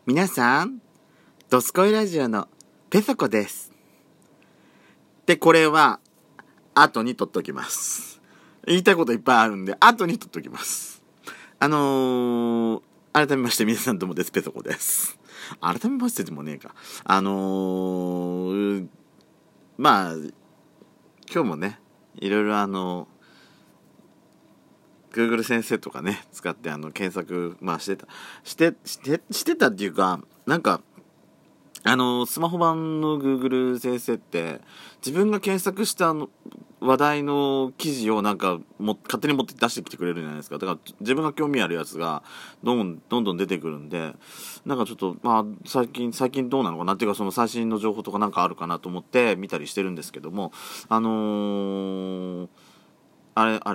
皆さん、ドスコイラジオのペソコです。で、これは後に取っときます。言いたいこといっぱいあるんで後に取っときます。改めまして皆さんどうもです。ペソコです。改めましてでもねえか。まあ今日もね、いろいろGoogle 先生とかね使って検索してたっていうか、なんかスマホ版の Google 先生って自分が検索した話題の記事を勝手に持って出してきてくれるじゃないですか。だから自分が興味あるやつがどんどん出てくるんで、ちょっと最近どうなのかなっていうか、その最新の情報とかあるかなと思って見たりしてるんですけども、あれ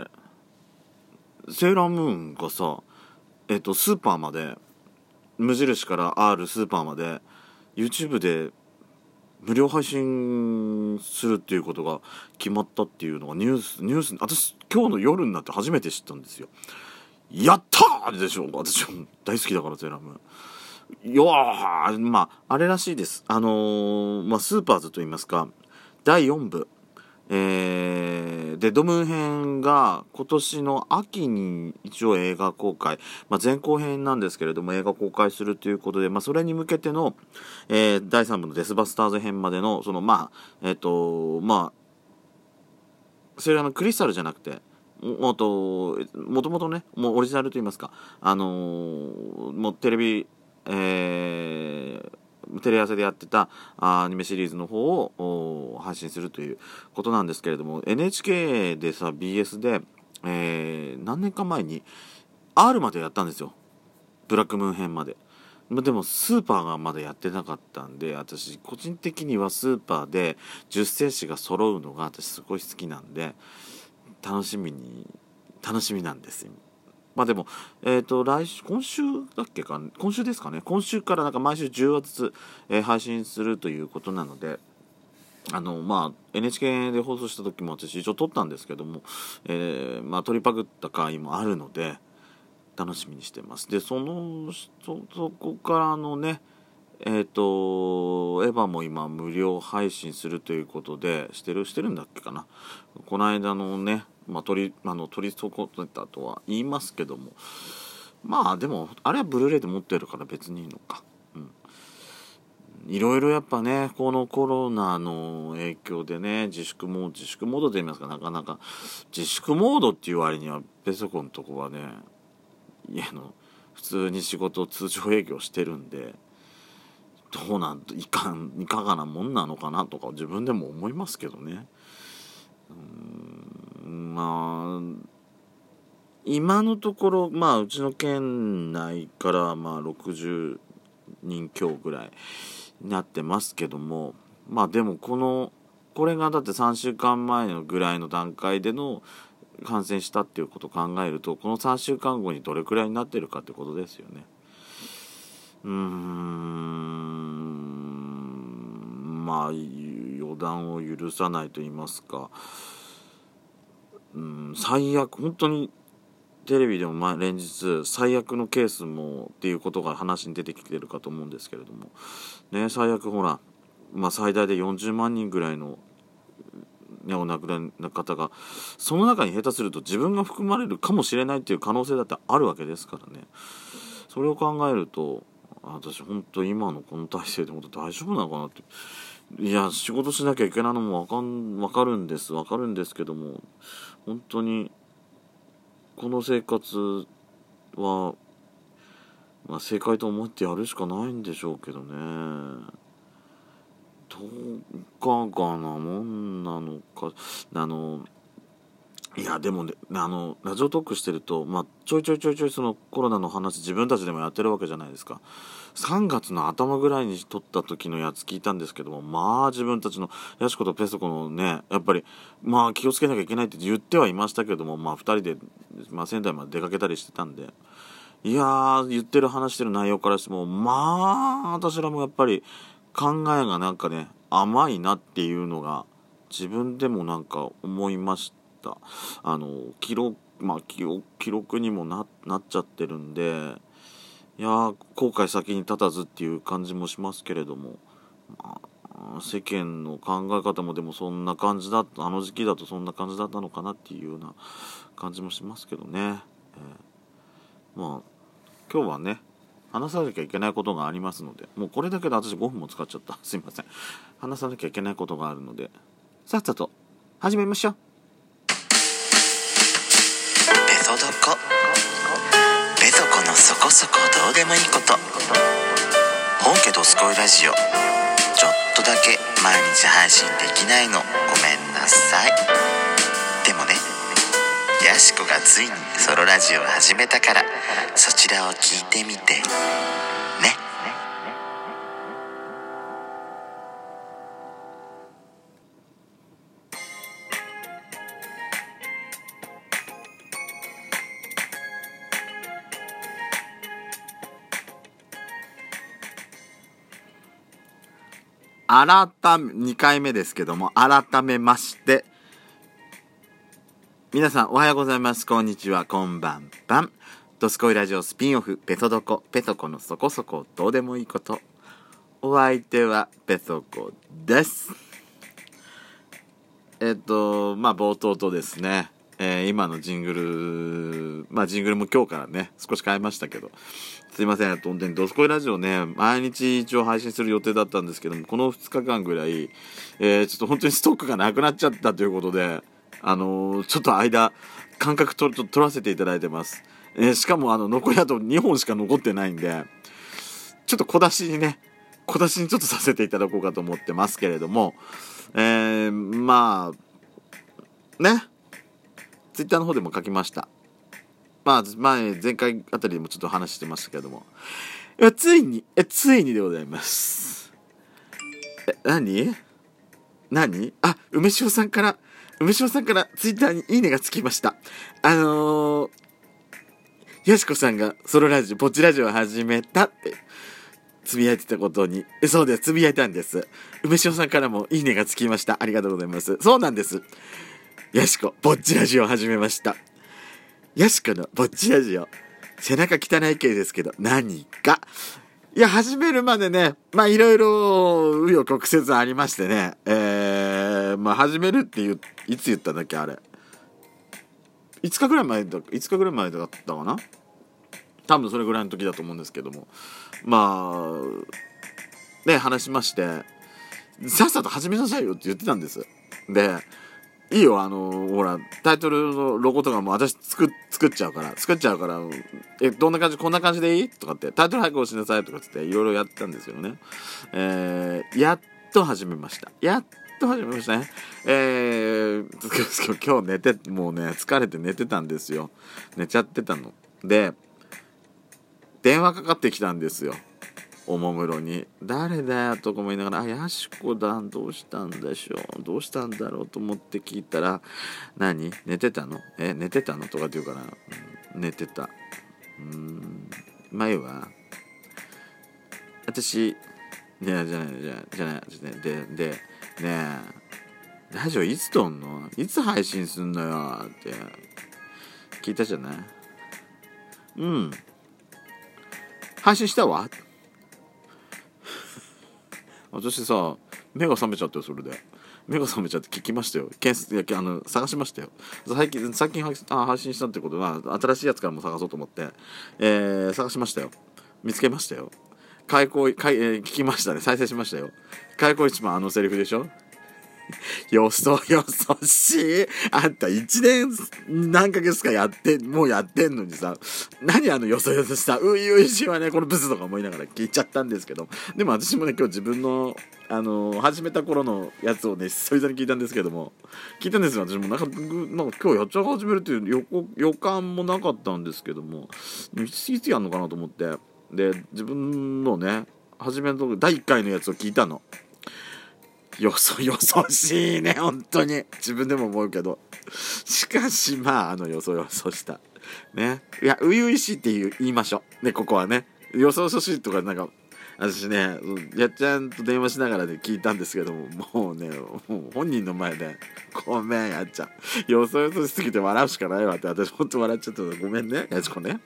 セーラームーンがさ、スーパーまで、無印からあるスーパーまで YouTube で無料配信するっていうことが決まったっていうのがニュース、私今日の夜になって初めて知ったんですよ。やったーでしょ。私大好きだからセーラームーン。あれらしいです。スーパーズと言いますか、第4部デッドムーン編が今年の秋に一応映画公開、前後編なんですけれども映画公開するということで、それに向けての、第3部のデスバスターズ編までのセーラーのクリスタルじゃなくてもともとね、もうオリジナルと言いますか、もうテレ朝でやってたアニメシリーズの方を配信するということなんですけれども、 NHK でさ BS で、何年か前に R までやったんですよ。ブラックムーン編まで。でもスーパーがまだやってなかったんで、私個人的にはスーパーで10世紀が揃うのが私すごい好きなんで楽しみなんですよ。でも、今週だっけか、今週ですかね。今週から毎週10話ずつ、配信するということなので、NHK で放送した時も私一応撮ったんですけども、取りパクった回もあるので、楽しみにしてます。で、そこからのね、エヴァも今無料配信するということでしてるんだっけかな。この間のね、取り損ねたとは言いますけども、でもあれはブルーレイで持ってるから別にいいのか。いろいろやっぱね、このコロナの影響でね、自粛モードと言いますか、なかなか自粛モードっていう割にはペソコのとこはね、普通に仕事通常営業してるんで、いかがなもんなのかなとか自分でも思いますけどね。今のところうちの県内から60人強ぐらいになってますけども、でもこれがだって3週間前のぐらいの段階での感染したっていうことを考えると、この3週間後にどれくらいになってるかってことですよね。予断を許さないと言いますか、最悪、本当にテレビでも連日最悪のケースもっていうことが話に出てきてるかと思うんですけれどもね、最悪ほら、最大で40万人ぐらいの、お亡くなりの方が、その中に下手すると自分が含まれるかもしれないっていう可能性だってあるわけですからね。それを考えると私本当今のこの体制で本当大丈夫なのかなって。いや、仕事しなきゃいけないのもわかるんですけども、本当にこの生活は正解と思ってやるしかないんでしょうけどね。どうかがなもんなのか。いやでもね、ラジオトークしてると、ちょいそのコロナの話自分たちでもやってるわけじゃないですか。3月の頭ぐらいに撮った時のやつ聞いたんですけども、自分たちのヤシコとペソコのね、やっぱり気をつけなきゃいけないって言ってはいましたけども、2人で、仙台まで出かけたりしてたんで、いやー、話してる内容からしても私らもやっぱり考えが甘いなっていうのが自分でも思いました。記録にもなっちゃってるんで、 いやー、後悔先に立たずっていう感じもしますけれども、まあ、世間の考え方もでもそんな感じだった、あの時期だとそんな感じだったのかなっていうような感じもしますけどね。まあ今日はね話さなきゃいけないことがありますので、もうこれだけで私5分も使っちゃった。すいません。話さなきゃいけないことがあるので、さっさと始めましょう。 ペソドコ、ペソコのそこそこどうでもいいこと。本家ドスコイラジオ、ちょっとだけ毎日配信できないのごめんなさい。でもね、ヤシコがついにソロラジオを始めたから、そちらを聞いてみてね。 2回目ですけども、改めまして皆さんおはようございます、こんにちは、こんばんばん。ドスコイラジオスピンオフ、ペソドコ、ペソコのそこそこどうでもいいこと。お相手はペソコです。冒頭とですね、今のジングル、ジングルも今日からね少し変えましたけど、すいません。本当にドスコイラジオね、毎日一応配信する予定だったんですけども、この2日間ぐらい、ちょっと本当にストックがなくなっちゃったということで、ちょっと間隔取らせていただいてます。しかも残りあと2本しか残ってないんで、ちょっと小出しにちょっとさせていただこうかと思ってますけれども、ね、ツイッターの方でも書きました。前回あたりでもちょっと話してましたけれども、ついにでございます。何梅塩さんからツイッターにいいねがつきました。やしこさんがソロラジオ、ポチラジオを始めたってつぶやいてたことに、そうです、つぶやいたんです。梅塩さんからもいいねがつきました。ありがとうございます。そうなんです。やしこ、ぼっちラジオを始めました。やしこのぼっちラジオ。背中汚い系ですけど、何か。いや、始めるまでね、いろいろ、紆余曲折ありましてね、始めるっていつ言ったんだっけ、あれ。5日ぐらい前だったかな。多分それぐらいの時だと思うんですけども。話しまして、さっさと始めなさいよって言ってたんです。で、いいよ、ほら、タイトルのロゴとかも私作っちゃうから、どんな感じ、こんな感じでいいとかって、タイトル早く押しなさいとかっていろいろやってたんですけどね。やっと始めましたね。今日もうね、疲れて寝てたんですよ。寝ちゃってたの。で、電話かかってきたんですよ。おもむろに。誰だよとかも言いながら、やしこだ、どうしたんだろうと思って聞いたら、何寝てたのとかって言うから、寝てた。前は私、じゃないでねえ、ラジオいつ撮んの？いつ配信すんのよって聞いたじゃない？配信したわ。私さ、目が覚めちゃったよ。それで目が覚めちゃって聞きましたよ。探しましたよ。最近配信したってことは、新しいやつからも探そうと思って、探しましたよ。見つけましたよ。聞きましたね。再生しましたよ。開口一番セリフでしょ。よそしい。あんた1年何ヶ月かもうやってんのにさ、何よそよそしさ、ういういしいわね、このブスとか思いながら聞いちゃったんですけど、でも私もね、今日自分の、始めた頃のやつをね、久々に聞いたんですけども、私もなんか今日やっちゃ始めるっていう予感もなかったんですけども、いつやんのかなと思って、で、自分のね、初めの第1回のやつを聞いたの。よそしいね、本当に自分でも思うけど、しかしよそよそしたね、いや初々しいって言いましょうね、ここはね。よそしいとかなんか私ねやっちゃんと電話しながらで聞いたんですけども、もう本人の前でごめんやっちゃんよそよそしすぎて笑うしかないわって、私ほんと笑っちゃったのごめんねやちこね。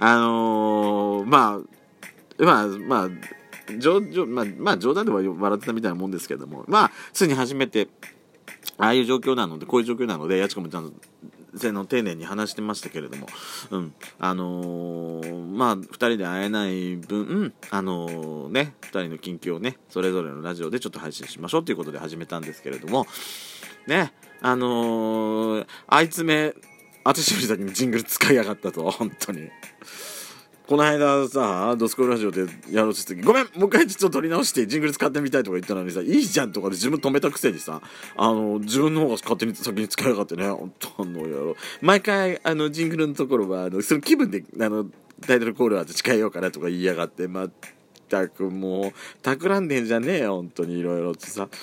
冗談では笑ってたみたいなもんですけども、ついに初めてああいう状況なので、こういう状況なので、やちこもちゃんと丁寧に話してましたけれども、2人で会えない分、2人の近況をね、それぞれのラジオでちょっと配信しましょうということで始めたんですけれども、ね、あいつめ、私より先にジングル使いやがったと、本当に。この間さ、ドスコイラジオでやろうとした時、ごめんもう一回ちょっと撮り直してジングル使ってみたいとか言ったのにさ、いいじゃんとかで自分止めたくせにさ、自分の方が勝手に先に使いやがってね、本当やろ。毎回ジングルのところはその気分でタイトルコールは誓いようかなとか言いやがって、まったくもう企んでんじゃねえよ本当にいろいろとさ、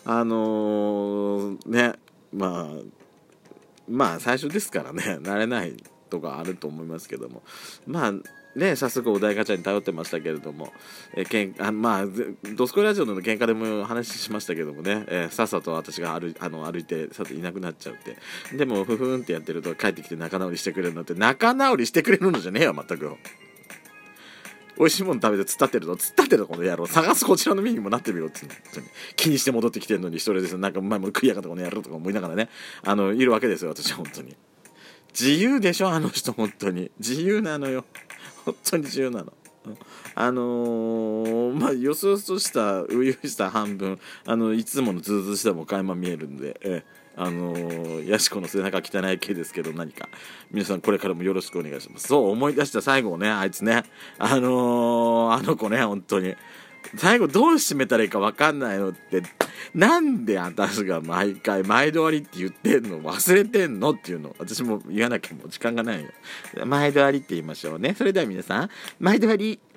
最初ですからね、慣れないとかあると思いますけども、早速お題ガチャに頼ってましたけれども、ドスコイラジオの喧嘩でも話しましたけどもね、さっさと私が歩いてさっといなくなっちゃうって。でもふふんってやってると帰ってきて仲直りしてくれるのって、仲直りしてくれるのじゃねえよ全く。美味しいもの食べて突っ立ってるのこの野郎、探すこちらの身にもなってみろって気にして戻ってきてるのに一人ですなんかうまいもの食いやがったこの野郎とか思いながらね、いるわけですよ私は本当に。自由でしょあの人、本当に自由なのよ、本当に自由なの。よそよそした初々しさ半分いつものズーズーしたも垣間見えるんで、ヤシコの背中汚い系ですけど、何か皆さんこれからもよろしくお願いします。そう思い出した最後ね、あいつね、あの子ね、本当に最後どう締めたらいいか分かんないのって、なんで私が毎回毎度ありって言ってんの忘れてんのっていうの私も言わなきゃもう時間がないよ。毎度ありって言いましょうね。それでは皆さん毎度あり。